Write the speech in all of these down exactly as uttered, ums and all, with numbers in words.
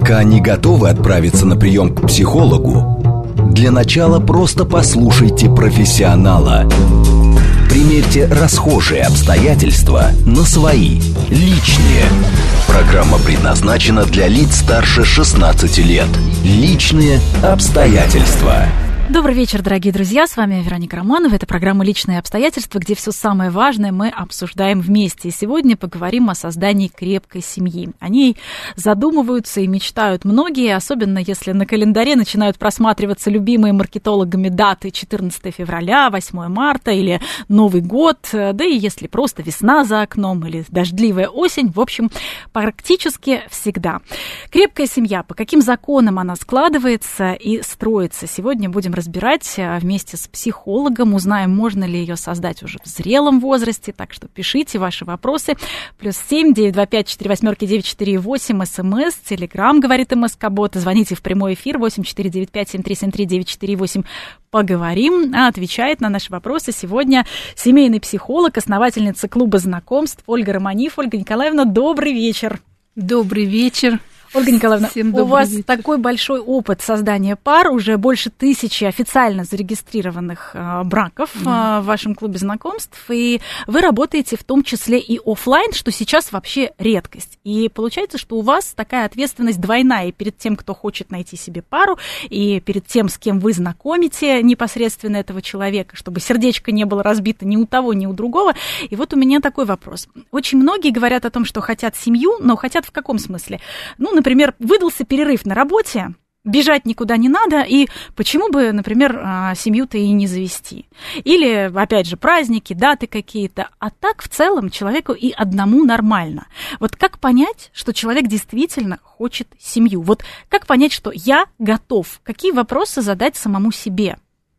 Пока не готовы отправиться на прием к психологу, для начала просто послушайте профессионала. Примерьте расхожие обстоятельства на свои, личные. Программа предназначена для лиц старше шестнадцати лет. Личные обстоятельства. Добрый вечер, дорогие друзья, с вами Вероника Романова. Это программа «Личные обстоятельства», где все самое важное мы обсуждаем вместе. И сегодня поговорим о создании крепкой семьи. О ней задумываются и мечтают многие, особенно если на календаре начинают просматриваться любимые маркетологами даты четырнадцатого февраля, восьмого марта или Новый год, да и если просто весна за окном или дождливая осень, в общем, практически всегда. Крепкая семья, по каким законам она складывается и строится, сегодня будем разбирать вместе с психологом, узнаем, можно ли ее создать уже в зрелом возрасте, так что пишите ваши вопросы. Плюс семь девятьсот двадцать пять четыре восемь девять четыре восемь, смс, телеграм, говорит МСК-бот, звоните в прямой эфир восемь четыре девять пять семь три семь три девять четыре восемь, поговорим. А отвечает на наши вопросы сегодня семейный психолог, основательница клуба знакомств Ольга Романиф. Ольга Николаевна, добрый вечер. Добрый вечер. Ольга Николаевна, Всем у вас вечер. такой большой опыт создания пар, уже больше тысячи официально зарегистрированных э, браков mm. э, в вашем клубе знакомств, и вы работаете в том числе и офлайн, что сейчас вообще редкость. И получается, что у вас такая ответственность двойная и перед тем, кто хочет найти себе пару, и перед тем, с кем вы знакомите непосредственно этого человека, чтобы сердечко не было разбито ни у того, ни у другого. И вот у меня такой вопрос. Очень многие говорят о том, что хотят семью, но хотят в каком смысле? Ну, например, выдался перерыв на работе, бежать никуда не надо, и почему бы, например, семью-то и не завести? Или, опять же, праздники, даты какие-то. А так, в целом, человеку и одному нормально. Вот как понять, что человек действительно хочет семью? Вот как понять, что я готов? Какие вопросы задать самому себе?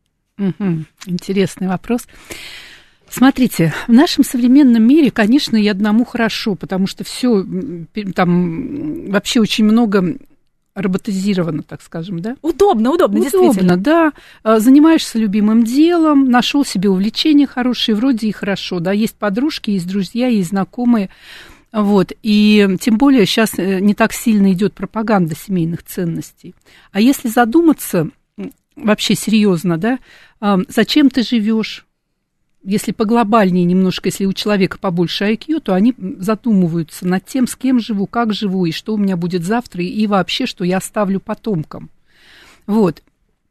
Угу. Интересный вопрос. Смотрите, в нашем современном мире, конечно, и одному хорошо, потому что все там вообще очень много роботизировано, так скажем, да? Удобно, удобно, удобно, действительно. Да. Занимаешься любимым делом, нашел себе увлечение хорошее, вроде и хорошо, да. Есть подружки, есть друзья, есть знакомые, вот. И тем более сейчас не так сильно идет пропаганда семейных ценностей. А если задуматься вообще серьезно, да, зачем ты живешь? Если поглобальнее немножко, если у человека побольше ай кью, то они задумываются над тем, с кем живу, как живу, и что у меня будет завтра, и вообще, что я оставлю потомкам. Вот.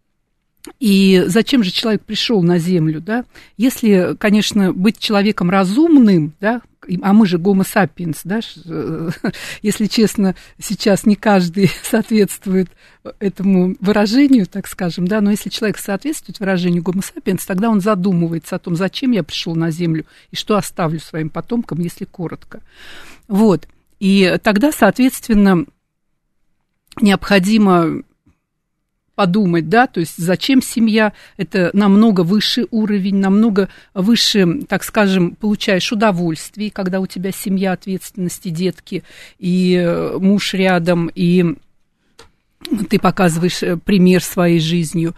И зачем же человек пришел на Землю, да? Если, конечно, быть человеком разумным, да, а мы же гомо сапиенс, да, если честно, сейчас не каждый соответствует этому выражению, так скажем, да, но если человек соответствует выражению гомо сапиенс, тогда он задумывается о том, зачем я пришел на Землю и что оставлю своим потомкам, если коротко. Вот, и тогда, соответственно, необходимо подумать, да, то есть зачем семья, это намного выше уровень, намного выше, так скажем, получаешь удовольствие, когда у тебя семья, ответственности, детки, и муж рядом, и ты показываешь пример своей жизнью,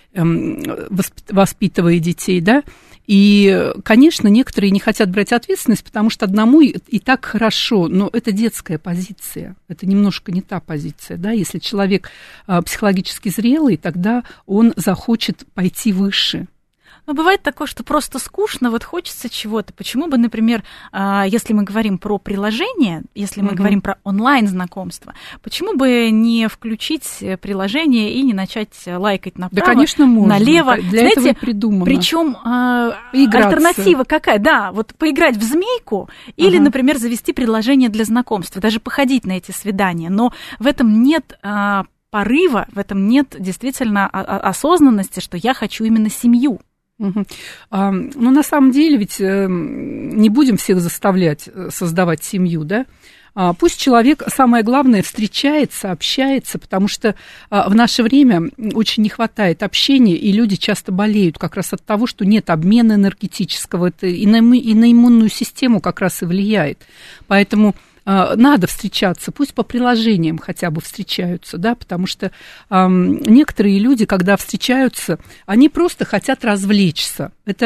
воспитывая детей, да. И, конечно, некоторые не хотят брать ответственность, потому что одному и, и так хорошо, но это детская позиция, это немножко не та позиция, да, если человек а, психологически зрелый, тогда он захочет пойти выше. Но бывает такое, что просто скучно, вот хочется чего-то. Почему бы, например, если мы говорим про приложение, если мы mm-hmm. говорим про онлайн-знакомство, почему бы не включить приложение и не начать лайкать направо, да, конечно, можно. Налево? Для Знаете, этого и придумано. Причем альтернатива какая? Да, вот поиграть в змейку или, uh-huh. например, завести приложение для знакомства, даже походить на эти свидания. Но в этом нет а, порыва, в этом нет действительно осознанности, что я хочу именно семью. Угу. А, ну, на самом деле, ведь э, не будем всех заставлять создавать семью, да? А, пусть человек, самое главное, встречается, общается, потому что а, в наше время очень не хватает общения, и люди часто болеют как раз от того, что нет обмена энергетического, это и на, и на иммунную систему как раз и влияет. Поэтому надо встречаться, пусть по приложениям хотя бы встречаются, да, потому что э, некоторые люди, когда встречаются, они просто хотят развлечься. Это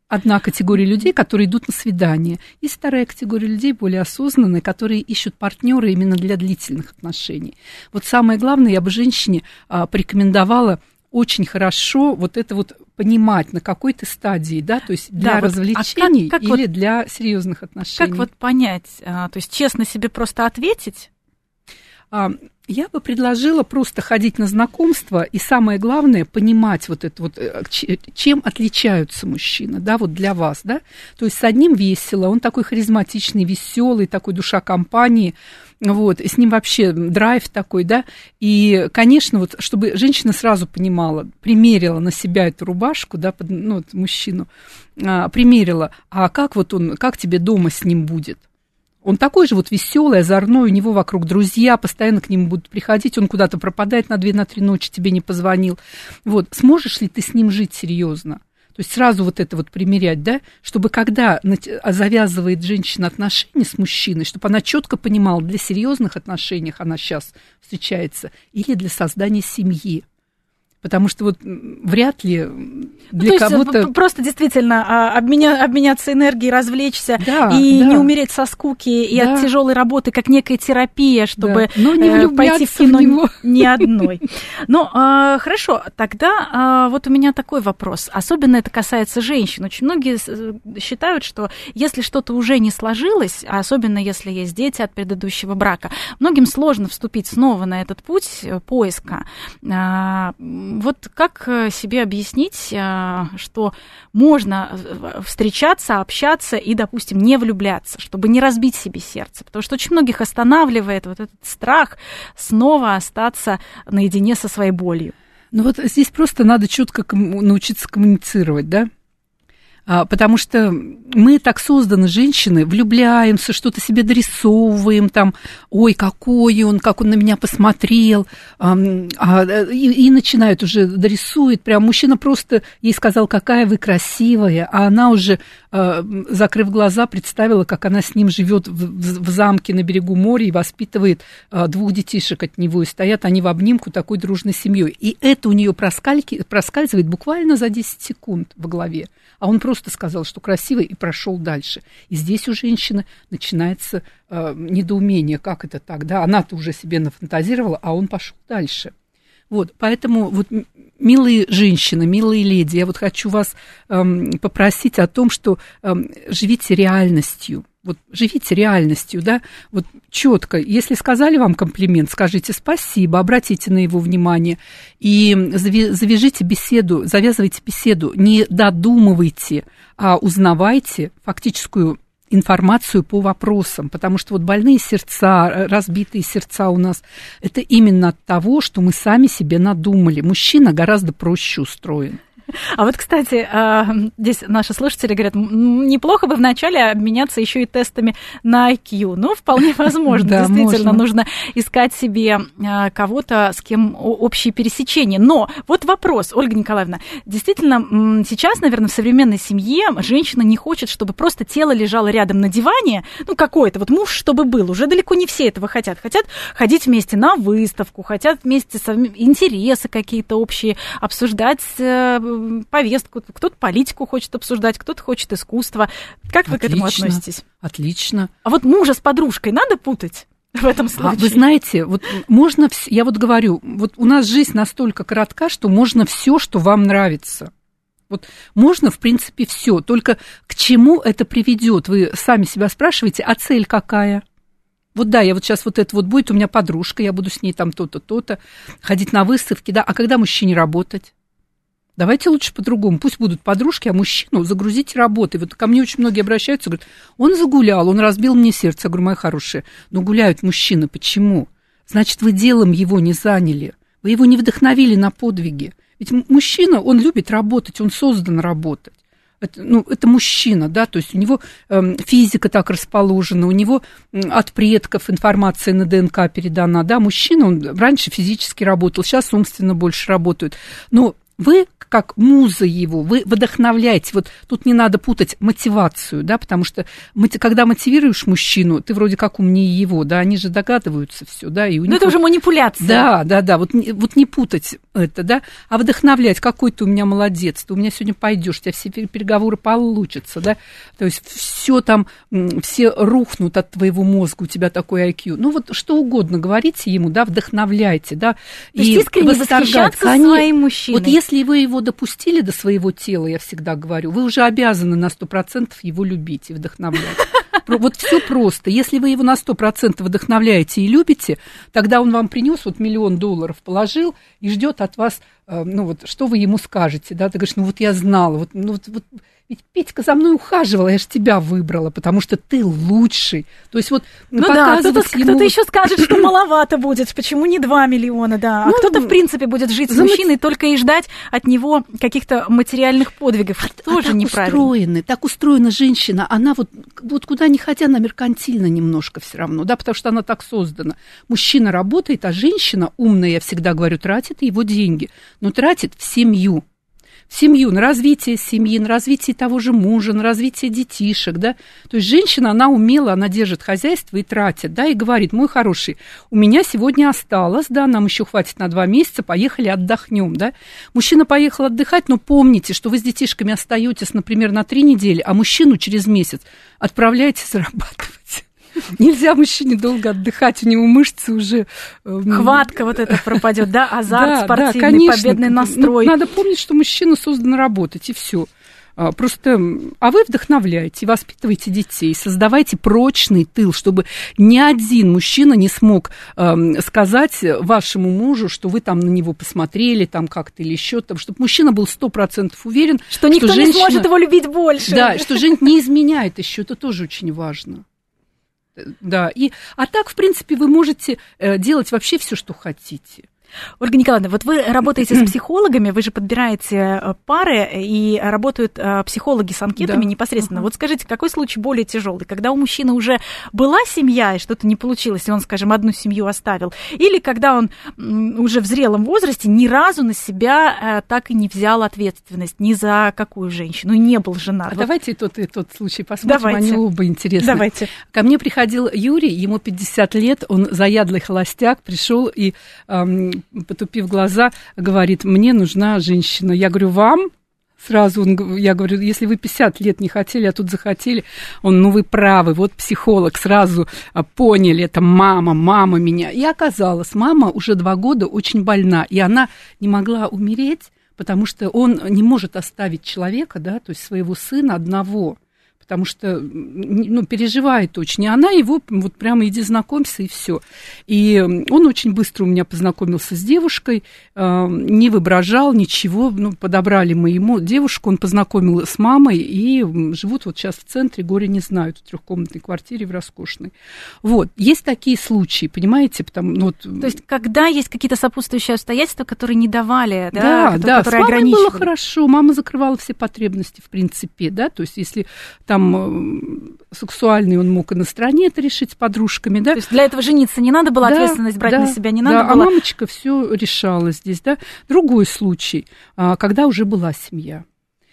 одна категория людей, которые идут на свидание. Есть вторая категория людей, более осознанные, которые ищут партнера именно для длительных отношений. Вот самое главное, я бы женщине а, порекомендовала очень хорошо вот это вот понимать, на какой ты стадии, да, то есть для да, развлечений вот, а как, как или вот, для серьезных отношений. Как вот понять, а, то есть честно себе просто ответить? А, я бы предложила просто ходить на знакомства и, самое главное, понимать вот это вот, чем отличаются мужчины, да, вот для вас, да. То есть с одним весело, он такой харизматичный, веселый, такой душа компании, вот, и с ним вообще драйв такой, да. И, конечно, вот, чтобы женщина сразу понимала, примерила на себя эту рубашку, да, под, ну, вот, мужчину, а, примерила, а как вот он, как тебе дома с ним будет? Он такой же вот веселый, озорной, у него вокруг друзья, постоянно к нему будут приходить, он куда-то пропадает на две, на три ночи, тебе не позвонил. Вот, сможешь ли ты с ним жить серьезно? То есть сразу вот это вот примерять, да, чтобы когда завязывает женщина отношения с мужчиной, чтобы она четко понимала, для серьезных отношений она сейчас встречается или для создания семьи. Потому что вот вряд ли для ну, кого-то... Просто действительно обменя, обменяться энергией, развлечься да, и да. не умереть со скуки и да. от тяжелой работы, как некая терапия, чтобы да. не пойти в кино в ни одной. Ну, а, хорошо, тогда а, вот у меня такой вопрос. Особенно это касается женщин. Очень многие считают, что если что-то уже не сложилось, а особенно если есть дети от предыдущего брака, многим сложно вступить снова на этот путь поиска. Вот как себе объяснить, что можно встречаться, общаться и, допустим, не влюбляться, чтобы не разбить себе сердце? Потому что очень многих останавливает вот этот страх снова остаться наедине со своей болью. Ну вот здесь просто надо четко научиться коммуницировать, да? Потому что мы так созданы, женщины, влюбляемся, что-то себе дорисовываем, там, ой, какой он, как он на меня посмотрел, и, и начинает уже, дорисует, прям мужчина просто ей сказал, какая вы красивая, а она уже, закрыв глаза, представила, как она с ним живет в, в замке на берегу моря и воспитывает двух детишек от него, и стоят они в обнимку такой дружной семьей. И это у нее проскальзывает буквально за десять секунд в голове. А он просто сказал, что красивый, и прошел дальше. И здесь у женщины начинается э, недоумение, как это так, да, она-то уже себе нафантазировала, а он пошел дальше. Вот, поэтому, вот, милые женщины, милые леди, я вот хочу вас э, попросить о том, что э, живите реальностью. Вот живите реальностью, да, вот четко. Если сказали вам комплимент, скажите спасибо, обратите на его внимание и завяжите беседу, завязывайте беседу, не додумывайте, а узнавайте фактическую информацию по вопросам, потому что вот больные сердца, разбитые сердца у нас, это именно от того, что мы сами себе надумали. Мужчина гораздо проще устроен. А вот, кстати, здесь наши слушатели говорят, неплохо бы вначале обменяться еще и тестами на ай кью. Ну, вполне возможно. Да, действительно, можно. Нужно искать себе кого-то, с кем общие пересечения. Но вот вопрос, Ольга Николаевна. Действительно, сейчас, наверное, в современной семье женщина не хочет, чтобы просто тело лежало рядом на диване. Ну, какой-то вот муж, чтобы был. Уже далеко не все этого хотят. Хотят ходить вместе на выставку, хотят вместе интересы какие-то общие обсуждать, повестку, кто-то политику хочет обсуждать, кто-то хочет искусство. Как вы Отлично. К этому относитесь? Отлично. А вот мужа с подружкой надо путать в этом случае? А вы знаете, вот можно, я вот говорю, вот у нас жизнь настолько коротка, что можно все, что вам нравится. Вот можно, в принципе, все. Только к чему это приведет? Вы сами себя спрашиваете, а цель какая? Вот да, я вот сейчас вот это вот будет у меня подружка, я буду с ней там то-то, то-то, ходить на выставки, да, а когда мужчине работать? Давайте лучше по-другому. Пусть будут подружки, а мужчину загрузите работой. Вот ко мне очень многие обращаются, говорят, он загулял, он разбил мне сердце. Я говорю, моя хорошая, но гуляют мужчины. Почему? Значит, вы делом его не заняли. Вы его не вдохновили на подвиги. Ведь мужчина, он любит работать, он создан работать. Это, ну, это мужчина, да, то есть у него э, физика так расположена, у него от предков информация на ДНК передана, да, мужчина, он раньше физически работал, сейчас умственно больше работает, но вы, как муза его, вы вдохновляете. Вот тут не надо путать мотивацию, да, потому что когда мотивируешь мужчину, ты вроде как умнее его, да, они же догадываются все, да. И у ну, них это вот, уже манипуляция. Да, да, да, вот, вот не путать это, да, а вдохновлять, какой ты у меня молодец, ты у меня сегодня пойдешь, у тебя все переговоры получатся, да, то есть все там, все рухнут от твоего мозга, у тебя такой ай кью. Ну, вот что угодно говорите ему, да, вдохновляйте, да. То есть искренне восхищаться своим мужчиной. Вот если вы его допустили до своего тела, я всегда говорю, вы уже обязаны на сто процентов его любить и вдохновлять. Вот все просто. Если вы его на сто процентов вдохновляете и любите, тогда он вам принес вот миллион долларов, положил и ждет от вас, ну вот, что вы ему скажете, да, ты говоришь, ну вот я знала, вот, ну вот, вот ведь Петька за мной ухаживала, я же тебя выбрала, потому что ты лучший. То есть вот ну да, кто-то, ему... кто-то еще скажет, что маловато будет, почему не два миллиона, да, а ну, кто-то, в принципе, будет жить с мужчиной только и ждать от него каких-то материальных подвигов. А, тоже а так неправильно. Устроены, так устроена женщина, она вот, вот куда ни хотя, она меркантильна немножко все равно, да, потому что она так создана. Мужчина работает, а женщина, умная, я всегда говорю, тратит его деньги, но тратит в семью. В семью, на развитие семьи, на развитие того же мужа, на развитие детишек, да. То есть женщина, она умела, она держит хозяйство и тратит, да, и говорит, мой хороший, у меня сегодня осталось, да, нам еще хватит на два месяца, поехали отдохнем, да. Мужчина поехал отдыхать, но помните, что вы с детишками остаетесь, например, на три недели, а мужчину через месяц отправляете зарабатывать. Нельзя мужчине долго отдыхать, у него мышцы уже... Хватка вот эта пропадет, да, азарт да, спортивный, да, конечно. Победный настрой. Ну, надо помнить, что мужчина создан работать, и все. Просто, а вы вдохновляете, воспитываете детей, создавайте прочный тыл, чтобы ни один мужчина не смог э, сказать вашему мужу, что вы там на него посмотрели, там как-то или еще, там, чтобы мужчина был сто процентов уверен, что никто что женщина, не сможет его любить больше. Да, что женщина не изменяет еще, это тоже очень важно. Да, и, а так, в принципе, вы можете э, делать вообще все, что хотите. Ольга Николаевна, вот вы работаете с психологами, вы же подбираете пары, и работают психологи с анкетами да. непосредственно. Uh-huh. Вот скажите, какой случай более тяжелый? Когда у мужчины уже была семья, и что-то не получилось, и он, скажем, одну семью оставил, или когда он уже в зрелом возрасте ни разу на себя так и не взял ответственность ни за какую женщину, и не был женат. А вот. Давайте тот и тот случай посмотрим, давайте. Они оба интересны. Давайте. Ко мне приходил Юрий, ему пятьдесят лет, он заядлый холостяк, пришел и... Эм, потупив глаза, говорит, мне нужна женщина. Я говорю, вам? Сразу он, я говорю, если вы пятьдесят лет не хотели, а тут захотели, он, ну вы правы, вот психолог, сразу поняли, это мама, мама меня. И оказалось, мама уже два года очень больна, и она не могла умереть, потому что он не может оставить человека, да, то есть своего сына одного. Потому что, ну, переживает очень. И она его, вот прямо иди знакомься, и все. И он очень быстро у меня познакомился с девушкой, э, не воображал ничего, ну, подобрали мы ему девушку, он познакомил с мамой, и живут вот сейчас в центре, горе не знают, в трехкомнатной квартире в роскошной. Вот, есть такие случаи, понимаете? Потому, ну, вот... То есть, когда есть какие-то сопутствующие обстоятельства, которые не давали, да, да, которые, да, которые с мамой ограничивали. Было хорошо, мама закрывала все потребности, в принципе, да, то есть, если... там сексуальный он мог и на стороне это решить с подружками, да. То есть для этого жениться не надо было, да, ответственность брать да, на себя не да, надо а было. А мамочка все решала здесь, да. Другой случай, когда уже была семья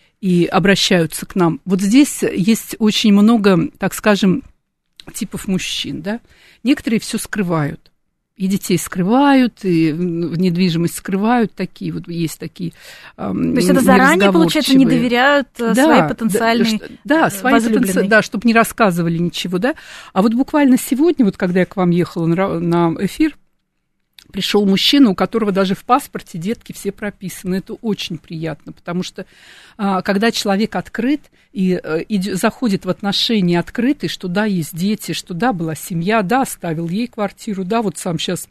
и обращаются к нам. Вот здесь есть очень много, так скажем, типов мужчин, да. Некоторые все скрывают. И детей скрывают, и недвижимость скрывают, такие вот есть такие. То есть это заранее, получается, не доверяют да, своей потенциальной да, да, своей потенци... да, чтобы не рассказывали ничего, да. А вот буквально сегодня, вот когда я к вам ехала на эфир, пришел мужчина, у которого даже в паспорте детки все прописаны. Это очень приятно, потому что когда человек открыт и, и заходит в отношения открытые, что да, есть дети, что да, была семья, да, оставил ей квартиру, да, вот сам сейчас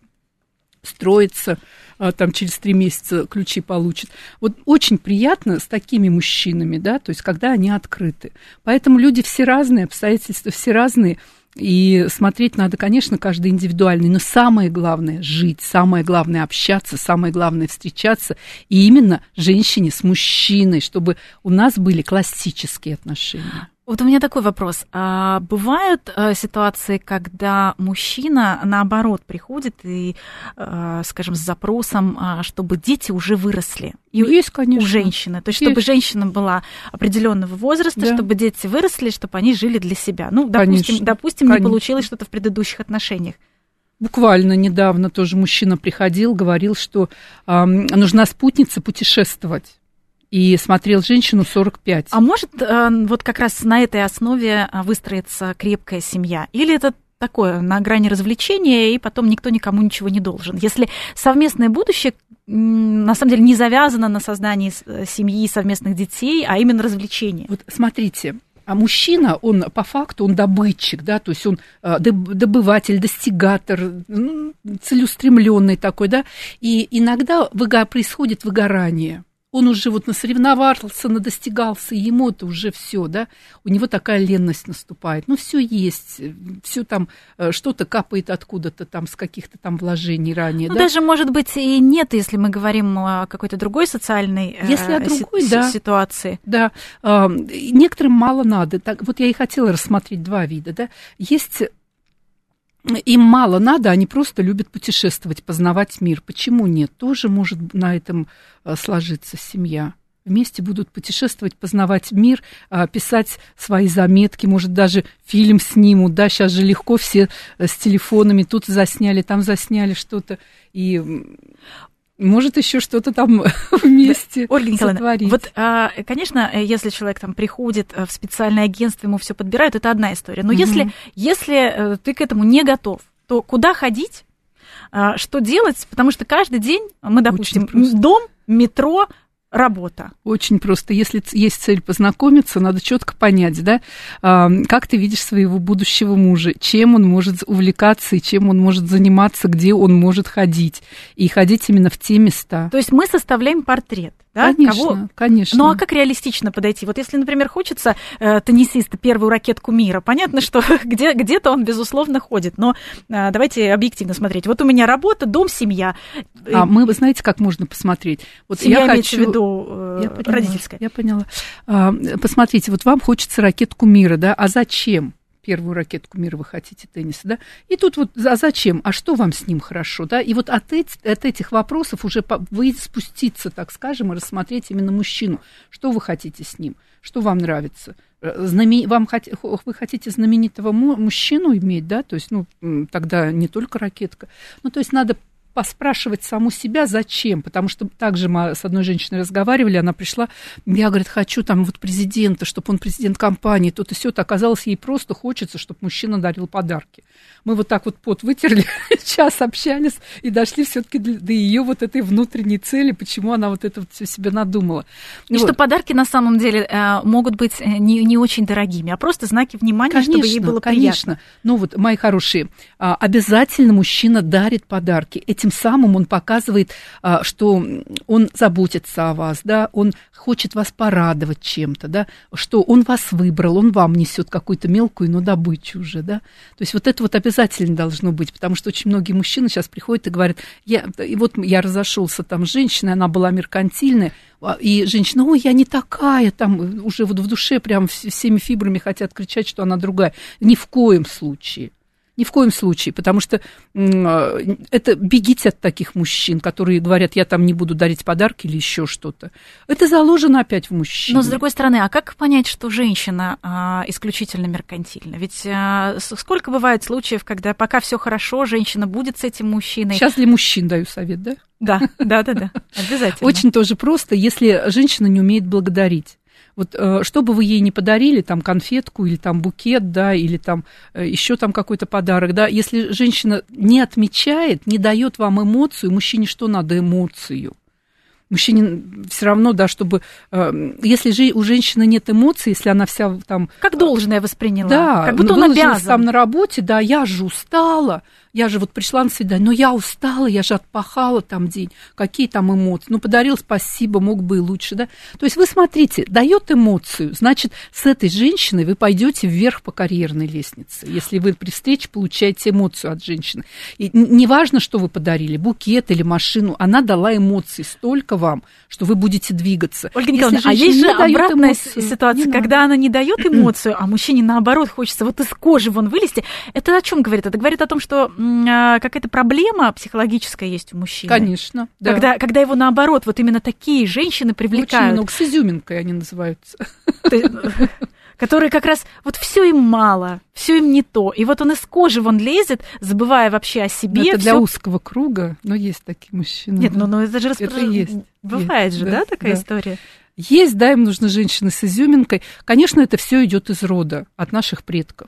строится, там через три месяца ключи получит. Вот очень приятно с такими мужчинами, да, то есть когда они открыты. Поэтому люди все разные, обстоятельства все разные. И смотреть надо, конечно, каждый индивидуальный, но самое главное – жить, самое главное – общаться, самое главное – встречаться, и именно женщине с мужчиной, чтобы у нас были классические отношения. Вот у меня такой вопрос. А бывают а, ситуации, когда мужчина, наоборот, приходит и, а, скажем, с запросом, а, чтобы дети уже выросли? И есть, конечно. У женщины. То есть, есть. Чтобы женщина была определенного возраста, да. Чтобы дети выросли, чтобы они жили для себя. Ну, допустим, конечно. допустим конечно. Не получилось что-то в предыдущих отношениях. Буквально недавно тоже мужчина приходил, говорил, что а, нужна спутница путешествовать. И смотрел женщину сорок пять. А может вот как раз на этой основе выстроиться крепкая семья? Или это такое, на грани развлечения, и потом никто никому ничего не должен? Если совместное будущее, на самом деле, не завязано на создании семьи, совместных детей, а именно развлечения. Вот смотрите, а мужчина, он по факту, он добытчик, да, то есть он добыватель, достигатор, целеустремленный такой, да, и иногда происходит выгорание. Он уже вот насоревновался, надостигался, и ему это уже все, да, у него такая ленность наступает. Ну, все есть, все там, что-то капает откуда-то там, с каких-то там вложений ранее, ну, да. Даже, может быть, и нет, если мы говорим о какой-то другой социальной если о другой, си- да, ситуации. Да, некоторым мало надо. Так, вот я и хотела рассмотреть два вида, да. Есть... Им мало надо, они просто любят путешествовать, познавать мир. Почему нет? Тоже может на этом сложиться семья. Вместе будут путешествовать, познавать мир, писать свои заметки, может, даже фильм снимут, да, сейчас же легко все с телефонами, тут засняли, там засняли что-то, и... Может, еще что-то там вместе Ольга Николаевна, сотворить. Вот, конечно, если человек там приходит в специальное агентство, ему все подбирают, это одна история. Но угу. если, если ты к этому не готов, то куда ходить, что делать? Потому что каждый день мы, допустим, дом, метро, работа. Очень просто. Если есть цель познакомиться, надо четко понять, да, как ты видишь своего будущего мужа, чем он может увлекаться и чем он может заниматься, где он может ходить. И ходить именно в те места. То есть мы составляем портрет. Да? Конечно, Кого... конечно. Ну, а как реалистично подойти? Вот если, например, хочется э, теннисиста первую ракетку мира, понятно, что где, где-то он, безусловно, ходит, но э, давайте объективно смотреть. Вот у меня работа, дом, семья. А мы, вы знаете, как можно посмотреть? Вот семья я имеется хочу... в виду э, я поняла, родительская. Я поняла. А, посмотрите, вот вам хочется ракетку мира, да? А зачем? Первую ракетку мира вы хотите тенниса, да? И тут вот, а зачем? А что вам с ним хорошо, да? И вот от, эти, от этих вопросов уже вы спуститься, так скажем, и рассмотреть именно мужчину. Что вы хотите с ним? Что вам нравится? Знамен... Вам хот... Вы хотите знаменитого мужчину иметь, да? То есть, ну, тогда не только ракетка. Ну, то есть надо поспрашивать саму себя, зачем, потому что также мы с одной женщиной разговаривали, она пришла, я, говорит, хочу там вот президента, чтобы он президент компании, тут и все, то оказалось, ей просто хочется, чтобы мужчина дарил подарки. Мы вот так вот пот вытерли, час общались и дошли все-таки до ее вот этой внутренней цели, почему она вот это вот все себе надумала. И вот. Что подарки на самом деле могут быть не, не очень дорогими, а просто знаки внимания, конечно, чтобы ей было приятно. Конечно, ну вот, мои хорошие, обязательно мужчина дарит подарки. Тем самым он показывает, что он заботится о вас, да, он хочет вас порадовать чем-то, да, что он вас выбрал, он вам несет какую-то мелкую, но добычу уже, да. То есть вот это вот обязательно должно быть, потому что очень многие мужчины сейчас приходят и говорят, я, и вот я разошелся там с женщиной, она была меркантильная, и женщина, ой, я не такая, там уже вот в душе прям всеми фибрами хотят кричать, что она другая. Ни в коем случае. Ни в коем случае, потому что это бегите от таких мужчин, которые говорят, я там не буду дарить подарки или еще что-то. Это заложено опять в мужчине. Но, с другой стороны, а как понять, что женщина а, исключительно меркантильна? Ведь а, сколько бывает случаев, когда пока все хорошо, женщина будет с этим мужчиной. Сейчас для мужчин даю совет, да? Да, да, да, да, обязательно. Очень тоже просто, если женщина не умеет благодарить. Вот что бы вы ей не подарили, там конфетку или там букет, да, или там еще там какой-то подарок, да, если женщина не отмечает, не дает вам эмоцию, мужчине что надо? Эмоцию. Мужчине все равно, да, чтобы... Если же у женщины нет эмоций, если она вся там... Как должное восприняла. Да, как будто он обязан. Там на работе, да, я же устала, я же вот пришла на свидание, но я устала, я же отпахала там день, какие там эмоции, ну, подарил, спасибо, мог бы и лучше, да. То есть вы смотрите, дает эмоцию, значит, с этой женщиной вы пойдете вверх по карьерной лестнице, если вы при встрече получаете эмоцию от женщины. И неважно, что вы подарили, букет или машину, она дала эмоции, столько вам, что вы будете двигаться. Ольга Николаевна, а есть же обратная эмоцию, ситуация, когда она не дает эмоцию, а мужчине наоборот хочется вот из кожи вон вылезти. Это о чем говорит? Это говорит о том, что м- какая-то проблема психологическая есть у мужчины. Конечно, да. Когда, когда его наоборот, вот именно такие женщины привлекают. Очень много, с изюминкой они называются. Которые как раз вот все им мало, все им не то. И вот он из кожи вон лезет, забывая вообще о себе. Но это всё... для узкого круга, но есть такие мужчины. Нет, да. ну, ну это же распро... это есть. Бывает есть, же, да, да, такая да. история? Есть, да, им нужны женщины с изюминкой. Конечно, это все идет из рода, от наших предков.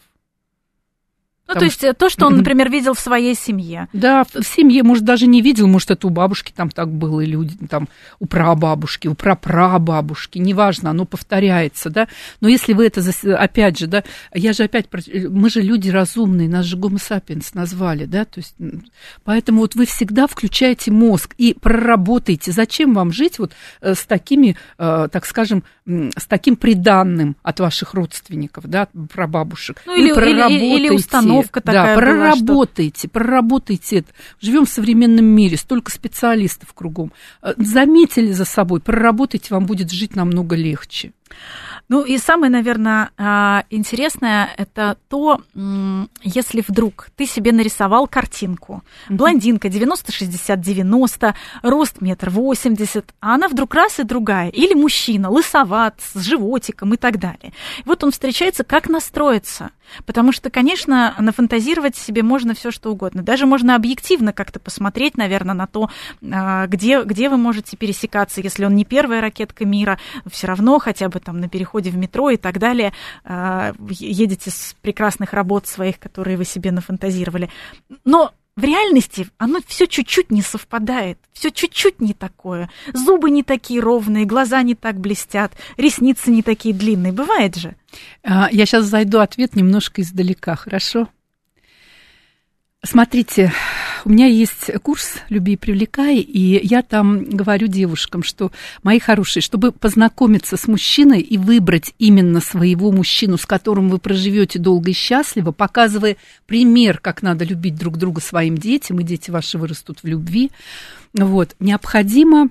Ну, то есть что... то, что он, например, видел в своей семье. Да, в семье, может, даже не видел, может, это у бабушки там так было, и люди там у прабабушки, у прапрабабушки, неважно, оно повторяется, да. Но если вы это, опять же, да, я же опять, мы же люди разумные, нас же гомо сапиенс назвали, да, то есть, поэтому вот вы всегда включаете мозг и проработаете. Зачем вам жить вот с такими, так скажем, с таким приданным от ваших родственников, да, прабабушек? Ну, или, или, или установка. Да, проработайте, была, что... проработайте это. Живем в современном мире, столько специалистов кругом. Заметили за собой, проработайте, вам будет жить намного легче. Ну и самое, наверное, интересное, это то, если вдруг ты себе нарисовал картинку. Блондинка девяносто шестьдесят девяносто, рост метр восемьдесят, а она вдруг раз и другая. Или мужчина, лысоват, с животиком и так далее. И вот он встречается, как настроиться. Потому что, конечно, нафантазировать себе можно все что угодно. Даже можно объективно как-то посмотреть, наверное, на то, где, где вы можете пересекаться. Если он не первая ракетка мира, все равно хотя бы там на переходе в метро и так далее едете с прекрасных работ своих, которые вы себе нафантазировали. Но в реальности оно все чуть-чуть не совпадает, все чуть-чуть не такое. Зубы не такие ровные, глаза не так блестят, ресницы не такие длинные. Бывает же? Я сейчас зайду ответ немножко издалека, хорошо? Смотрите, у меня есть курс «Люби и привлекай», и я там говорю девушкам, что, мои хорошие, чтобы познакомиться с мужчиной и выбрать именно своего мужчину, с которым вы проживете долго и счастливо, показывая пример, как надо любить друг друга своим детям, и дети ваши вырастут в любви, вот, необходимо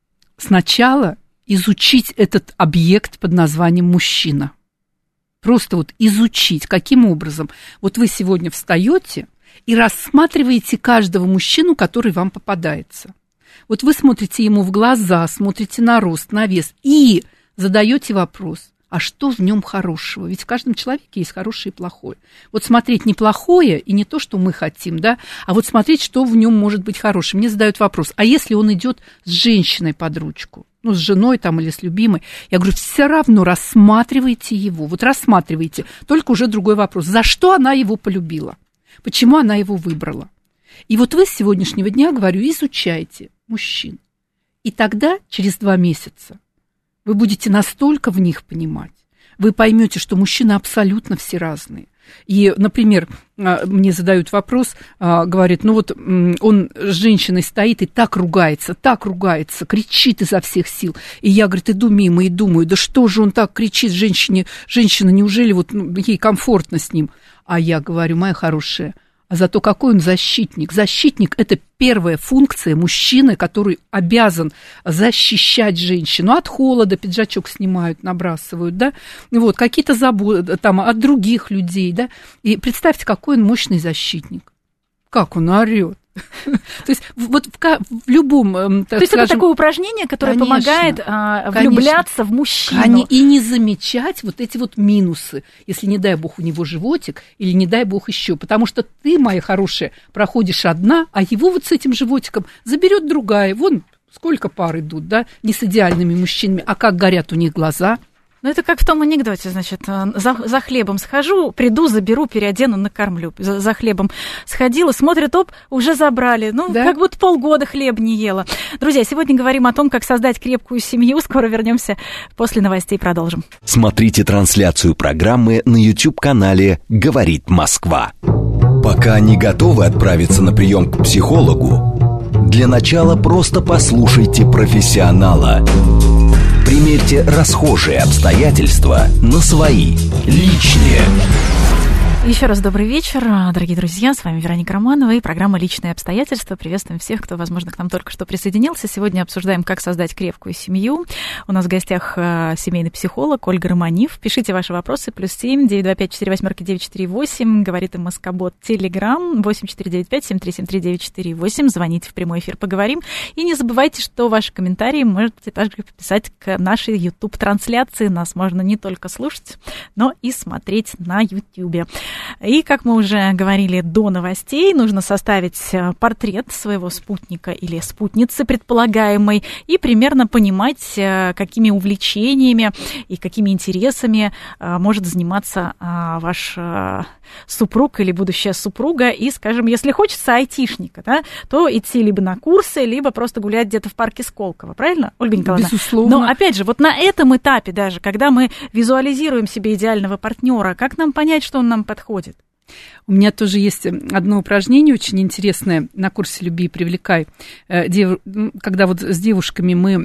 сначала изучить этот объект под названием «мужчина». Просто вот изучить, каким образом. Вот вы сегодня встаете и рассматриваете каждого мужчину, который вам попадается. Вот вы смотрите ему в глаза, смотрите на рост, на вес и задаете вопрос, а что в нем хорошего? Ведь в каждом человеке есть хорошее и плохое. Вот смотреть не плохое и не то, что мы хотим, да, а вот смотреть, что в нем может быть хорошим. Мне задают вопрос, а если он идет с женщиной под ручку? Ну, с женой там или с любимой. Я говорю, все равно рассматривайте его. Вот рассматривайте. Только уже другой вопрос. За что она его полюбила? Почему она его выбрала? И вот вы с сегодняшнего дня, говорю, изучайте мужчин. И тогда, через два месяца, вы будете настолько в них понимать. Вы поймете, что мужчины абсолютно все разные. И, например, мне задают вопрос, говорит, ну вот он с женщиной стоит и так ругается, так ругается, кричит изо всех сил. И я, говорит, иду мимо и думаю, да что же он так кричит женщине, женщина, неужели вот ну, ей комфортно с ним? А я говорю, моя хорошая, а зато какой он защитник. Защитник – это первая функция мужчины, который обязан защищать женщину от холода, пиджачок снимают, набрасывают, да, вот, какие-то заботы там от других людей, да, и представьте, какой он мощный защитник, как он орёт. То есть вот в, в любом, так То есть скажем, это такое упражнение, которое конечно, помогает а, влюбляться конечно. в мужчину. И не замечать вот эти вот минусы, если, не дай бог, у него животик, или не дай бог еще. Потому что ты, моя хорошая, проходишь одна, а его вот с этим животиком заберет другая. Вон сколько пар идут, да, не с идеальными мужчинами, а как горят у них глаза. Ну, это как в том анекдоте, значит, за, за хлебом схожу, приду, заберу, переодену, накормлю. За, за хлебом сходила, смотрит, оп, уже забрали. Ну, да? Как будто полгода хлеб не ела. Друзья, сегодня говорим о том, как создать крепкую семью. Скоро вернемся после новостей, продолжим. Смотрите трансляцию программы на YouTube-канале «Говорит Москва». Пока не готовы отправиться на прием к психологу, для начала просто послушайте профессионала. Примерьте расхожие обстоятельства на свои, личные. Еще раз добрый вечер, дорогие друзья, с вами Вероника Романова и программа «Личные обстоятельства». Приветствуем всех, кто, возможно, к нам только что присоединился. Сегодня обсуждаем, как создать крепкую семью. У нас в гостях семейный психолог Ольга Романив. Пишите ваши вопросы, плюс семь девять два пять четыре восемь девять четыре восемь, говорит МСК-бот Телеграм, восемь четыре девять пять семь три семь три девять четыре восемь. Звоните в прямой эфир, поговорим. И не забывайте, что ваши комментарии можете также писать к нашей YouTube-трансляции. Нас можно не только слушать, но и смотреть на YouTube. И, как мы уже говорили до новостей, нужно составить портрет своего спутника или спутницы предполагаемой и примерно понимать, какими увлечениями и какими интересами может заниматься ваш супруг или будущая супруга. И, скажем, если хочется айтишника, да, то идти либо на курсы, либо просто гулять где-то в парке Сколково. Правильно, Ольга Николаевна? Безусловно. Но, опять же, вот на этом этапе даже, когда мы визуализируем себе идеального партнера, как нам понять, что он нам подходит? Подходит. У меня тоже есть одно упражнение очень интересное на курсе «Люби и привлекай», когда вот с девушками мы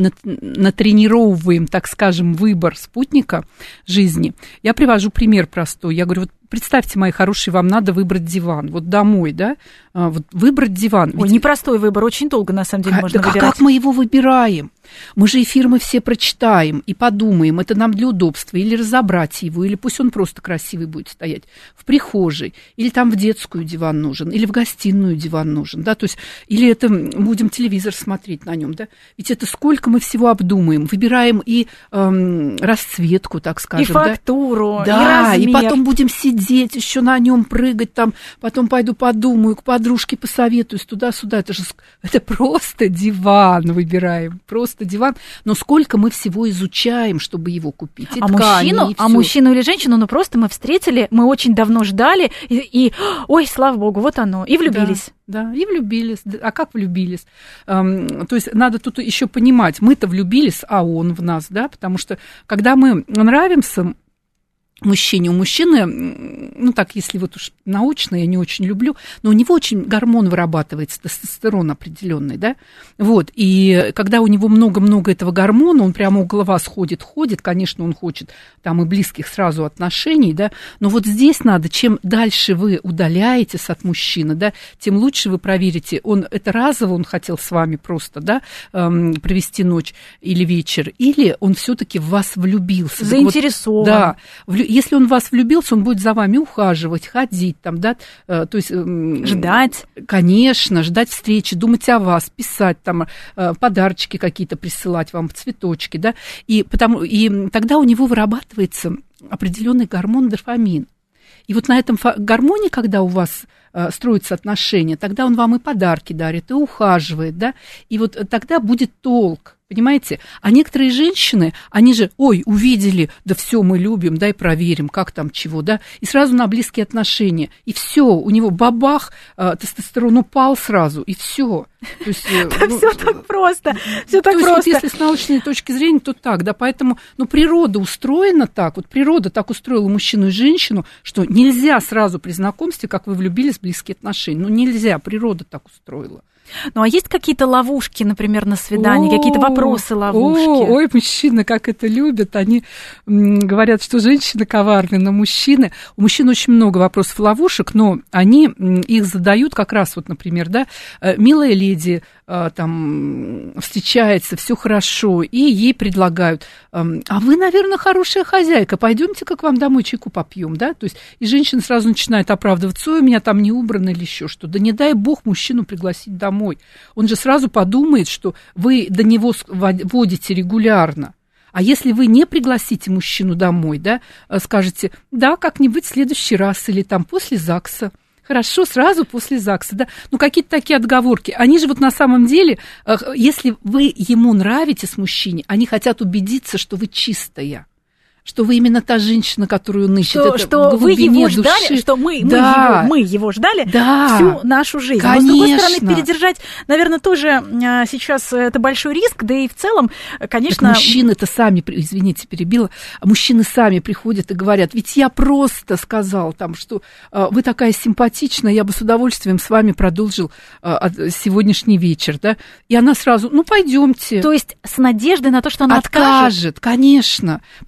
натренировываем, так скажем, выбор спутника жизни. Я привожу пример простой. Я говорю, вот представьте, мои хорошие, вам надо выбрать диван. Вот домой, да? Вот выбрать диван. Ой, Ведь... непростой выбор, очень долго, на самом деле, а, можно так выбирать. А как мы его выбираем? Мы же и фирмы все прочитаем и подумаем, это нам для удобства, или разобрать его, или пусть он просто красивый будет стоять в прихожей, или там в детскую диван нужен, или в гостиную диван нужен, да, то есть, или это будем телевизор смотреть на нем, да, ведь это сколько мы всего обдумаем, выбираем и эм, расцветку, так скажем, и фактуру, да, и размер. И потом будем сидеть еще на нем, прыгать там, потом пойду подумаю, к подружке посоветуюсь, туда-сюда, это же это просто диван выбираем, просто диван, но сколько мы всего изучаем, чтобы его купить. И а, ткани, мужчину, и а мужчину или женщину, ну просто мы встретили, мы очень давно ждали, и, и ой, слава богу, вот оно, и влюбились. Да, да, и влюбились. А как влюбились? Эм, то есть надо тут еще понимать, мы-то влюбились, а он в нас, да, потому что когда мы нравимся мужчине, у мужчины, ну так, если вот уж научно, я не очень люблю, но у него очень гормон вырабатывается, тестостерон определенный, да, вот, и когда у него много-много этого гормона, он прямо около вас ходит, ходит, конечно, он хочет там и близких сразу отношений, да, но вот здесь надо, чем дальше вы удаляетесь от мужчины, да, тем лучше вы проверите, он, это разово он хотел с вами просто, да, эм, провести ночь или вечер, или он все-таки в вас влюбился. Заинтересован. Вот, да, влю... Если он в вас влюбился, он будет за вами ухаживать, ходить там, да, то есть... Ждать. Конечно, ждать встречи, думать о вас, писать там, подарочки какие-то присылать вам, цветочки, да, и, потому... и тогда у него вырабатывается определенный гормон дофамин. И вот на этом гормоне, когда у вас строятся отношения, тогда он вам и подарки дарит, и ухаживает, да, и вот тогда будет толк. Понимаете? А некоторые женщины, они же, ой, увидели, да все, мы любим, дай проверим, как там чего, да, и сразу на близкие отношения, и все, у него бабах, тестостерон упал сразу, и все. Все так просто, все так просто. То есть, если с научной точки зрения, то так, да, поэтому, ну, природа устроена так, вот природа так устроила мужчину и женщину, что нельзя сразу при знакомстве, как вы влюбились, в близкие отношения, ну, нельзя, природа так устроила. Ну, а есть какие-то ловушки, например, на свидании, о, какие-то вопросы-ловушки? О, ой, мужчины, как это любят. Они м, говорят, что женщины коварны, но мужчины... У мужчин очень много вопросов-ловушек, но они м, их задают как раз, вот, например, да, милая леди э, там встречается, все хорошо, и ей предлагают, э, а вы, наверное, хорошая хозяйка, пойдемте-ка к вам домой чайку попьем, да? То есть и женщина сразу начинает оправдываться, ой, у меня там не убрано или еще что. Да не дай бог мужчину пригласить домой. Он же сразу подумает, что вы до него водите регулярно. А если вы не пригласите мужчину домой, да, скажете, да, как-нибудь в следующий раз или там после ЗАГСа. Хорошо, сразу после ЗАГСа, да. Ну, какие-то такие отговорки. Они же вот на самом деле, если вы ему нравитесь, мужчине, они хотят убедиться, что вы чистая. Что вы именно та женщина, которую он ищет. Что, что вы его души. ждали, что мы, да. мы, его, мы его ждали да. всю нашу жизнь. Конечно. Но, с другой стороны, передержать, наверное, тоже сейчас это большой риск, да и в целом, конечно... Так мужчины-то сами, извините, перебила, мужчины сами приходят и говорят, ведь я просто сказал там, что вы такая симпатичная, я бы с удовольствием с вами продолжил сегодняшний вечер, да, и она сразу, ну, пойдемте. То есть с надеждой на то, что она откажет. откажет. Конечно, потому что я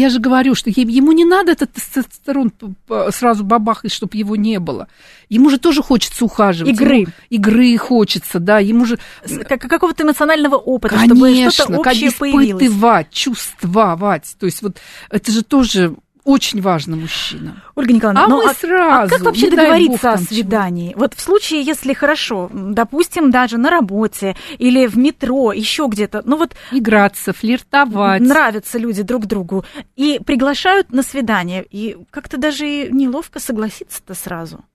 я же говорю, что ему не надо этот тестостерон сразу бабахать, чтобы его не было. Ему же тоже хочется ухаживать. Игры. Ему, игры хочется, да. Ему же... Как, какого-то эмоционального опыта, конечно, чтобы что-то общее появилось. Испытывать, чувствовать. То есть вот это же тоже... Очень важно мужчина. Ольга Николаевна, а ну, мы а, сразу, а как вообще договориться о свидании? Чего? Вот в случае, если хорошо, допустим, даже на работе или в метро, еще где-то, ну вот... Играться, флиртовать. Нравятся люди друг другу и приглашают на свидание, и как-то даже неловко согласиться-то сразу.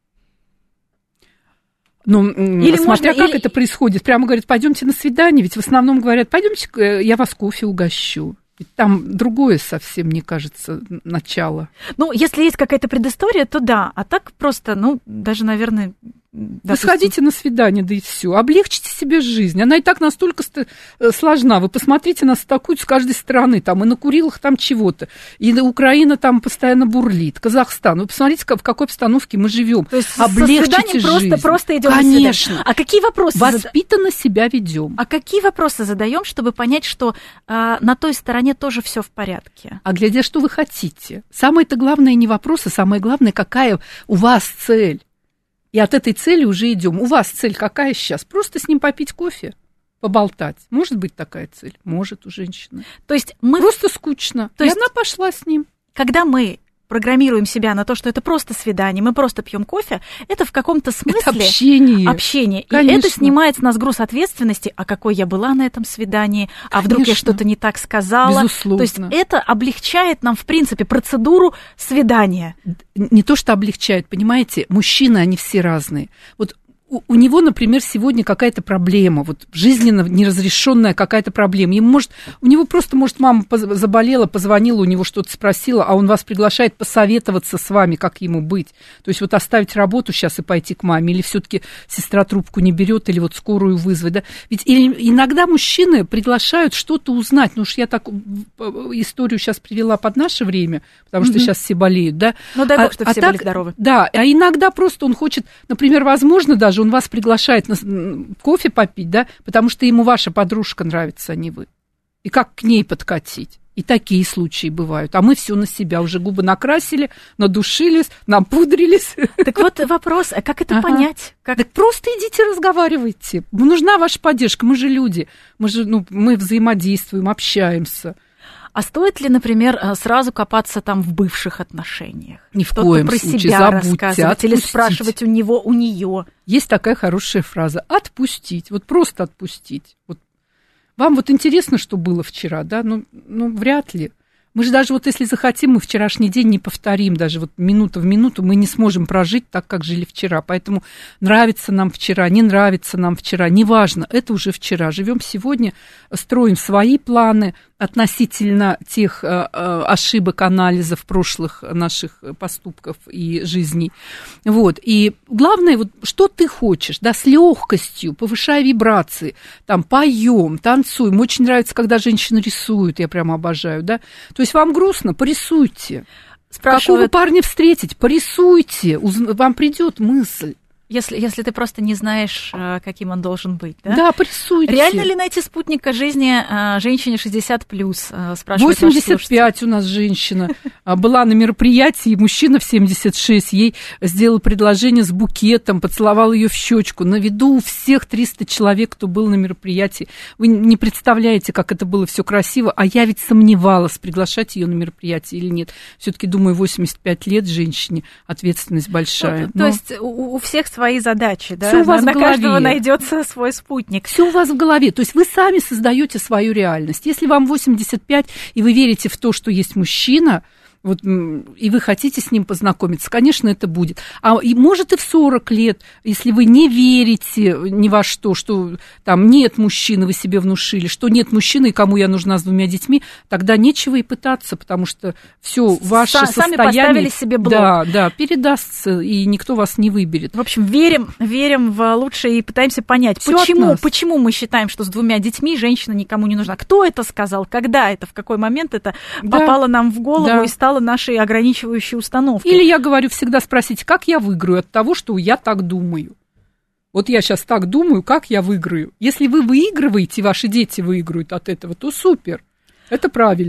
Ну, или смотря можно, как или... это происходит. Прямо говорят, пойдемте на свидание, ведь в основном говорят, пойдемте, я вас кофе угощу. Там другое совсем, мне кажется, начало. Ну, если есть какая-то предыстория, то да. А так просто, ну, даже, наверное... Вы допустим... сходите на свидание, да и все. Облегчите себе жизнь. Она и так настолько сложна. Вы посмотрите нас такую с каждой стороны. Там и на Курилах там чего-то. И Украина там постоянно бурлит. Казахстан. Вы посмотрите, в какой обстановке мы живем. То есть облегчите со жизнь. Просто, просто идем Конечно. на свидание. А какие вопросы... Воспитанно себя ведем. А какие вопросы задаем, чтобы понять, что а, на той стороне тоже все в порядке? А глядя, что вы хотите. Самое-то главное не вопросы, самое главное, какая у вас цель. И от этой цели уже идем. У вас цель какая сейчас? Просто с ним попить кофе, поболтать. Может быть такая цель? Может у женщины. То есть мы... Просто скучно. То и есть... она пошла с ним. Когда мы программируем себя на то, что это просто свидание, мы просто пьем кофе, это в каком-то смысле это общение. общение. Конечно. И это снимает с нас груз ответственности, а какой я была на этом свидании, а вдруг Конечно. я что-то не так сказала. Безусловно. То есть это облегчает нам, в принципе, процедуру свидания. Не то, что облегчает, понимаете, мужчины, они все разные. Вот у, у него, например, сегодня какая-то проблема, вот жизненно неразрешенная какая-то проблема. Ему может, у него просто, может, мама заболела, позвонила, у него что-то спросила, а он вас приглашает посоветоваться с вами, как ему быть. То есть вот оставить работу сейчас и пойти к маме, или все-таки сестра трубку не берет, или вот скорую вызвать, да. Ведь иногда мужчины приглашают что-то узнать. Ну уж я так историю сейчас привела под наше время, потому что mm-hmm. сейчас все болеют, да. Ну дай бог, что а, все а были так, здоровы. Да, а иногда просто он хочет, например, возможно, даже он вас приглашает на кофе попить, да, потому что ему ваша подружка нравится, а не вы. И как к ней подкатить? И такие случаи бывают. А мы все на себя уже губы накрасили, надушились, напудрились. Так вот вопрос, а как это ага. понять? Как... Так просто идите разговаривайте. Нужна ваша поддержка. Мы же люди, мы же, ну, мы взаимодействуем, общаемся. А стоит ли, например, сразу копаться там в бывших отношениях? Ни в коем про случае. себя Забудьте, рассказывать отпустить. Или спрашивать у него, у нее. Есть такая хорошая фраза. Отпустить. Вот просто отпустить. Вот. Вам вот интересно, что было вчера, да? Ну, ну, вряд ли. Мы же даже вот если захотим, мы вчерашний день не повторим, даже вот минута в минуту мы не сможем прожить так, как жили вчера. Поэтому нравится нам вчера, не нравится нам вчера, неважно, это уже вчера. Живем сегодня, строим свои планы относительно тех э, э, ошибок, анализов прошлых наших поступков и жизней. Вот. И главное, вот, что ты хочешь, да, с легкостью, повышая вибрации, там, поем, танцуем. Очень нравится, когда женщины рисуют, я прямо обожаю, да. То есть вам грустно, порисуйте. Спрашивают... Какого парня встретить, порисуйте, вам придет мысль. Если, если ты просто не знаешь, каким он должен быть, да? Да, порисуйте. Реально ли найти спутника жизни женщине шестьдесят плюс? Спрашивают восемьдесят пять у нас женщина была на мероприятии, мужчина в семьдесят шесть ей сделал предложение с букетом, поцеловал ее в щечку на виду у всех триста человек, кто был на мероприятии. Вы не представляете, как это было все красиво, а я ведь сомневалась, приглашать ее на мероприятие или нет. Все-таки думаю, восемьдесят пять лет женщине, ответственность большая. Ну, то есть у, у всех свои задачи, да? Всё у вас на в голове. Каждого найдется свой спутник. Все у вас в голове. То есть вы сами создаете свою реальность. Если вам восемьдесят пять, и вы верите в то, что есть мужчина, вот, и вы хотите с ним познакомиться, конечно, это будет. А и может и в сорок лет, если вы не верите ни во что, что там нет мужчины, вы себе внушили, что нет мужчины, и кому я нужна с двумя детьми, тогда нечего и пытаться, потому что все ваше С- состояние... Сами поставили себе блок. Да, да, передастся, и никто вас не выберет. В общем, верим, верим в лучшее и пытаемся понять, Всё почему, почему мы считаем, что с двумя детьми женщина никому не нужна. Кто это сказал, когда это, в какой момент это да. попало нам в голову да. и стало нашей ограничивающей установкой. Или я говорю всегда спросить, как я выиграю от того, что я так думаю. Вот я сейчас так думаю, как я выиграю. Если вы выигрываете, ваши дети выиграют от этого, то супер. Это правильно.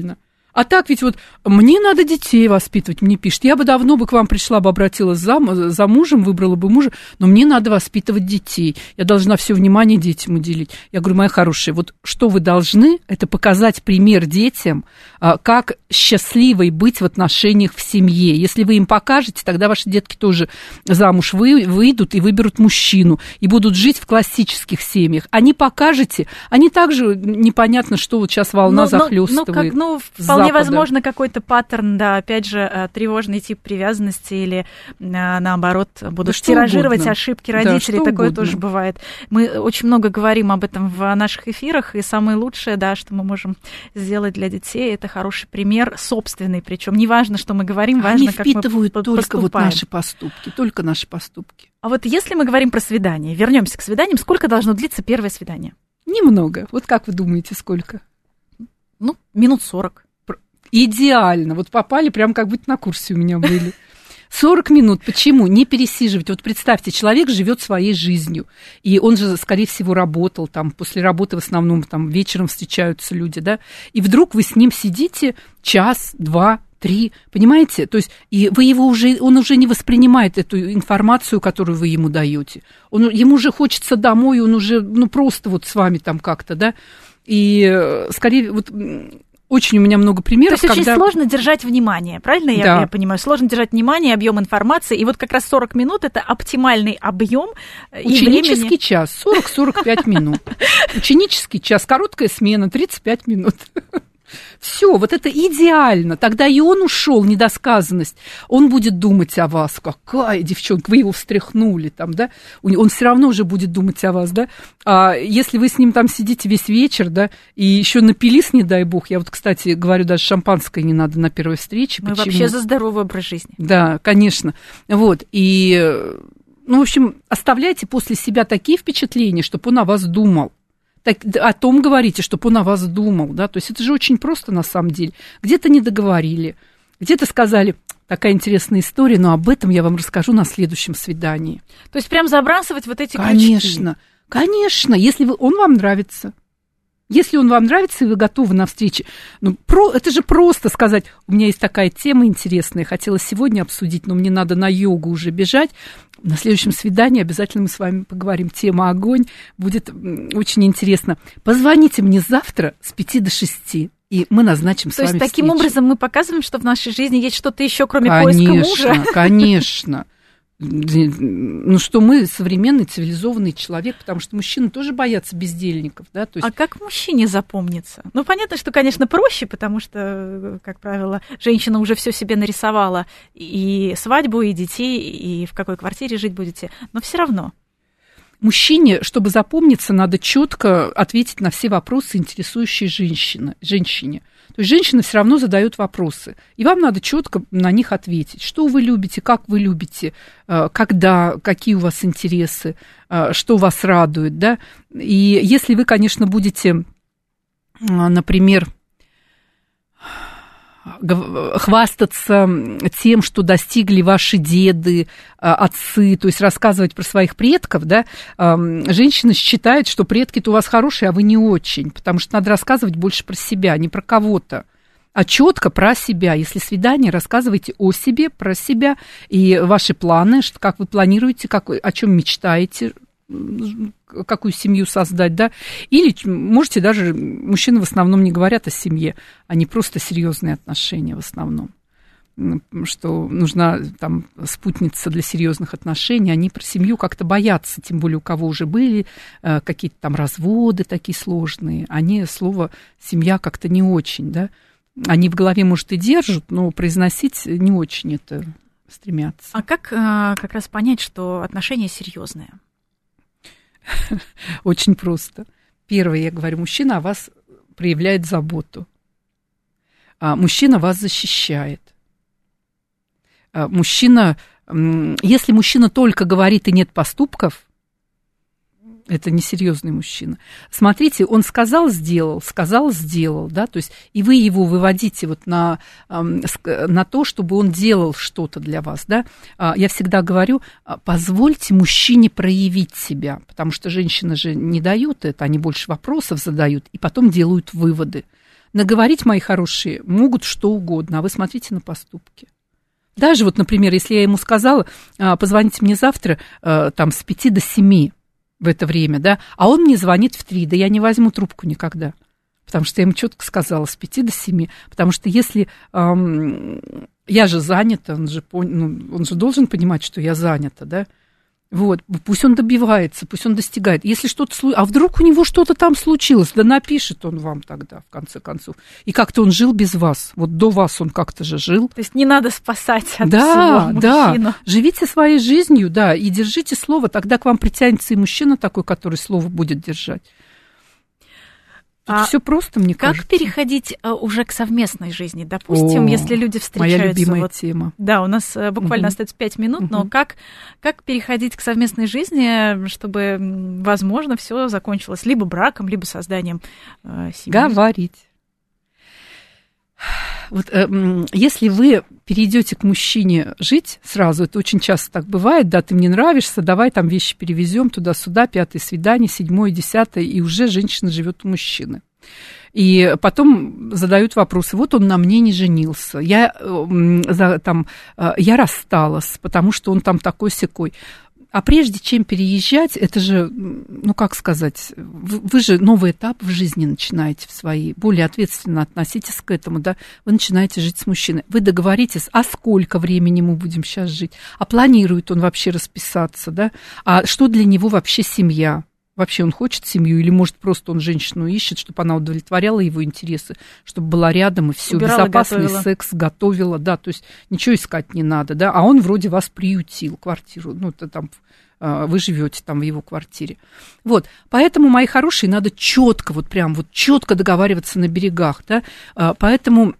А так ведь вот мне надо детей воспитывать, мне пишет. Я бы давно бы к вам пришла бы, обратилась за, за мужем, выбрала бы мужа, но мне надо воспитывать детей. Я должна все внимание детям уделить. Я говорю, моя хорошая, вот что вы должны, это показать пример детям, как счастливой быть в отношениях в семье. Если вы им покажете, тогда ваши детки тоже замуж вы, выйдут и выберут мужчину, и будут жить в классических семьях. А не покажете, они также непонятно, что вот сейчас волна но, захлёстывает. Но, как, ну, вполне Запада. Возможно, какой-то паттерн, да, опять же, тревожный тип привязанности или, наоборот, будут да тиражировать угодно. Ошибки родителей, да, такое угодно. Тоже бывает. Мы очень много говорим об этом в наших эфирах, и самое лучшее, да, что мы можем сделать для детей, это хороший пример, собственный, причем не важно, что мы говорим, важно, Они как мы впитывают только поступаем. Вот наши поступки, только наши поступки. А вот если мы говорим про свидание, вернемся к свиданиям, сколько должно длиться первое свидание? Немного. Вот как вы думаете, сколько? Ну, минут сорок. Идеально. Вот попали, прям как будто на курсе у меня были. сорок минут. Почему? Не пересиживать. Вот представьте, человек живет своей жизнью, и он же, скорее всего, работал, там, после работы в основном, там, вечером встречаются люди, да, и вдруг вы с ним сидите час, два, три, понимаете? То есть, и вы его уже, он уже не воспринимает эту информацию, которую вы ему даете. Он, ему уже хочется домой, он уже, ну, просто вот с вами там как-то, да, и скорее, вот... Очень у меня много примеров. То есть когда... очень сложно держать внимание, правильно я, да. я понимаю? Сложно держать внимание, объем информации. И вот как раз сорок минут – это оптимальный объем и времени. Ученический час, сорок-сорок пять минут. Ученический час, короткая смена, тридцать пять минут. Все, вот это идеально. Тогда и он ушел, недосказанность. Он будет думать о вас. Какая девчонка, вы его встряхнули там, да? Он все равно уже будет думать о вас, да? А если вы с ним там сидите весь вечер, да, и еще напились, не дай бог. Я вот, кстати, говорю, даже шампанское не надо на первой встрече. Мы Почему? Вообще за здоровый образ жизни. Да, конечно. Вот, и, ну, в общем, оставляйте после себя такие впечатления, чтобы он о вас думал. Так, о том говорите, чтобы он о вас думал, да, то есть это же очень просто на самом деле. Где-то не договорили, где-то сказали, такая интересная история, но об этом я вам расскажу на следующем свидании. То есть прям забрасывать вот эти конечно, крючки? Конечно, конечно, если вы, он вам нравится. Если он вам нравится, и вы готовы на встрече, ну, про, это же просто сказать, у меня есть такая тема интересная, хотела сегодня обсудить, но мне надо на йогу уже бежать. На следующем свидании обязательно мы с вами поговорим. Тема огонь, будет очень интересно. Позвоните мне завтра с пяти до шести, и мы назначим То с вами встречу. То есть таким образом мы показываем, что в нашей жизни есть что-то еще, кроме конечно, поиска мужа? Конечно, конечно. Ну, что мы современный, цивилизованный человек, потому что мужчины тоже боятся бездельников, да, то есть... А как мужчине запомнится? Ну, понятно, что, конечно, проще, потому что, как правило, женщина уже все себе нарисовала, и свадьбу, и детей, и в какой квартире жить будете, но все равно. Мужчине, чтобы запомниться, надо четко ответить на все вопросы, интересующие женщины, женщине. То есть женщина все равно задает вопросы, и вам надо четко на них ответить. Что вы любите, как вы любите, когда, какие у вас интересы, что вас радует, да. И если вы, конечно, будете, например, хвастаться тем, что достигли ваши деды, отцы, то есть рассказывать про своих предков, да, женщина считает, что предки-то у вас хорошие, а вы не очень, потому что надо рассказывать больше про себя, не про кого-то, а четко про себя. Если свидание, рассказывайте о себе, про себя и ваши планы, как вы планируете, как, о чем мечтаете, какую семью создать, да, или можете даже, мужчины в основном не говорят о семье, они просто серьезные отношения в основном, что нужна там спутница для серьезных отношений, они про семью как-то боятся, тем более у кого уже были какие-то там разводы такие сложные, они слово «семья» как-то не очень, да, они в голове, может, и держат, но произносить не очень это стремятся. А как как раз понять, что отношения серьезные? Очень просто. Первое, я говорю, мужчина о вас проявляет заботу. Мужчина вас защищает. Мужчина, если мужчина только говорит и нет поступков, это несерьезный мужчина. Смотрите, он сказал, сделал, сказал, сделал, да, то есть и вы его выводите вот на, на то, чтобы он делал что-то для вас, да. Я всегда говорю, позвольте мужчине проявить себя, потому что женщины же не дают это, они больше вопросов задают и потом делают выводы. Наговорить, мои хорошие, могут что угодно, а вы смотрите на поступки. Даже вот, например, если я ему сказала, позвоните мне завтра там, с пяти до семи в это время, да, а он мне звонит в три, да я не возьму трубку никогда, потому что я ему четко сказала с пяти до семи, потому что если эм, я же занята, он же, ну, он же должен понимать, что я занята, да, вот, пусть он добивается, пусть он достигает. Если что-то случилось, а вдруг у него что-то там случилось, да напишет он вам тогда, в конце концов. И как-то он жил без вас. Вот до вас он как-то же жил. То есть не надо спасать от да, всего мужчину. Да, живите своей жизнью, да, и держите слово, тогда к вам притянется и мужчина такой, который слово будет держать. А все просто, мне как кажется. Как переходить а, уже к совместной жизни? Допустим, О, если люди встречаются... Моя любимая вот, тема. Да, у нас буквально угу. остается пять минут, угу. но как, как переходить к совместной жизни, чтобы, возможно, все закончилось либо браком, либо созданием э, семьи? Говорить. Вот, э, если вы перейдете к мужчине жить сразу, это очень часто так бывает, да, ты мне нравишься, давай там вещи перевезем туда-сюда, пятое свидание, седьмое, десятое, и уже женщина живет у мужчины. И потом задают вопросы, вот он на мне не женился, я, э, там, э, я рассталась, потому что он там такой-сякой. А прежде чем переезжать, это же, ну, как сказать, вы, вы же новый этап в жизни начинаете в своей, более ответственно относитесь к этому, да, вы начинаете жить с мужчиной. Вы договоритесь, а сколько времени мы будем сейчас жить, а планирует он вообще расписаться, да, а что для него вообще семья? Вообще он хочет семью или, может, просто он женщину ищет, чтобы она удовлетворяла его интересы, чтобы была рядом и все, безопасный готовила. Секс, готовила, да, то есть ничего искать не надо, да, а он вроде вас приютил, квартиру, ну, это там, вы живете там в его квартире. Вот, поэтому, мои хорошие, надо четко, вот прям вот четко договариваться на берегах, да, поэтому...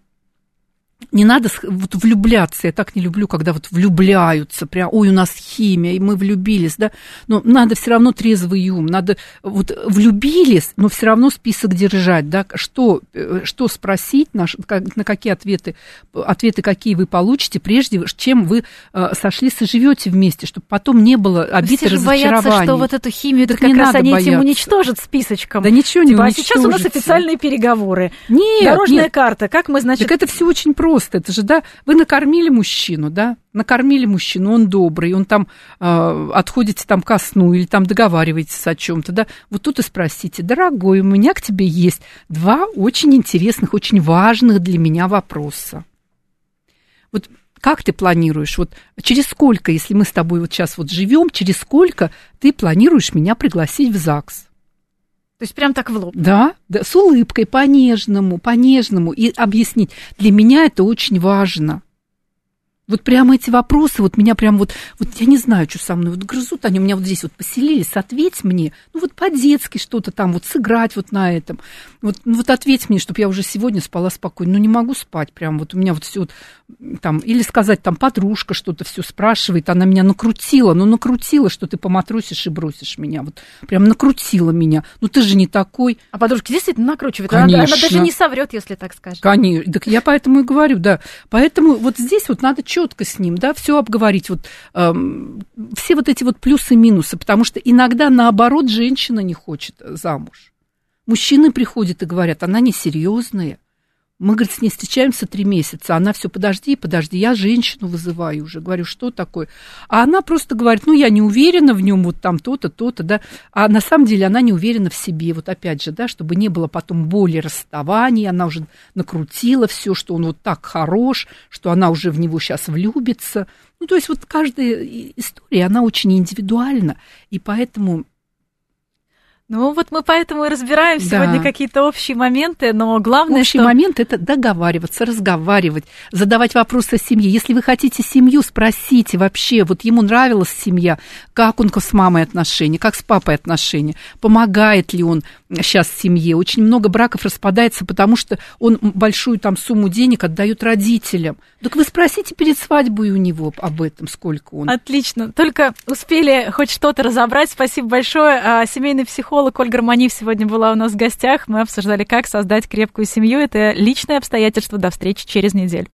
Не надо вот влюбляться, я так не люблю, когда вот влюбляются, прям, ой, у нас химия, и мы влюбились, да, но надо все равно трезвый ум, надо вот влюбились, но все равно список держать, да, что, что спросить, на, на какие ответы, ответы какие вы получите, прежде чем вы сошли, соживете вместе, чтобы потом не было обид и разочарований. Боятся, что вот эту химию так как раз они этим уничтожат списочком. Да ничего не типа, уничтожится. А сейчас у нас официальные переговоры. Нет, Дорожная нет. карта, как мы, значит... Так это все очень просто. Просто это же, да, вы накормили мужчину, да, накормили мужчину, он добрый, он там э, отходите там ко сну или там договариваетесь о чем-то, да, вот тут и спросите, дорогой, у меня к тебе есть два очень интересных, очень важных для меня вопроса. Вот как ты планируешь, вот через сколько, если мы с тобой вот сейчас вот живем, через сколько ты планируешь меня пригласить в ЗАГС? То есть прям так в лоб. Да, да, с улыбкой, по-нежному, по-нежному. И объяснить, для меня это очень важно. Вот прямо эти вопросы, вот меня прям вот, вот я не знаю, что со мной, вот грызут они, у меня вот здесь вот поселились, ответь мне, ну вот по-детски что-то там, вот сыграть вот на этом, вот, ну вот ответь мне, чтобы я уже сегодня спала спокойно, ну не могу спать прям, вот у меня вот все вот там, или сказать там, подружка что-то все спрашивает, она меня накрутила, ну накрутила, что ты поматросишь и бросишь меня, вот прям накрутила меня, ну ты же не такой. А подружка действительно накручивает, Конечно. Она, она даже не соврет, если так скажет. Конечно, так я поэтому и говорю, да, поэтому вот здесь вот надо четко с ним, да, все обговорить, вот эм, все вот эти вот плюсы-минусы, потому что иногда, наоборот, женщина не хочет замуж. Мужчины приходят и говорят, она несерьезная. Мы, говорит, с ней встречаемся три месяца, она все, подожди, подожди, я женщину вызываю уже, говорю, что такое? А она просто говорит, ну, я не уверена в нем, вот там то-то, то-то, да, а на самом деле она не уверена в себе, вот опять же, да, чтобы не было потом боли расставания, она уже накрутила все, что он вот так хорош, что она уже в него сейчас влюбится. Ну, то есть вот каждая история, она очень индивидуальна, и поэтому... Ну, вот мы поэтому и разбираем да. сегодня какие-то общие моменты, но главное, Общий что... момент – это договариваться, разговаривать, задавать вопросы о семье. Если вы хотите семью, спросите вообще, вот ему нравилась семья, как он с мамой отношения, как с папой отношения, помогает ли он сейчас семье. Очень много браков распадается, потому что он большую там сумму денег отдает родителям. Так вы спросите перед свадьбой у него об этом, сколько он. Отлично. Только успели хоть что-то разобрать. Спасибо большое. Семейный психолог Ольга Романив сегодня была у нас в гостях. Мы обсуждали, как создать крепкую семью. Это личные обстоятельства. До встречи через неделю.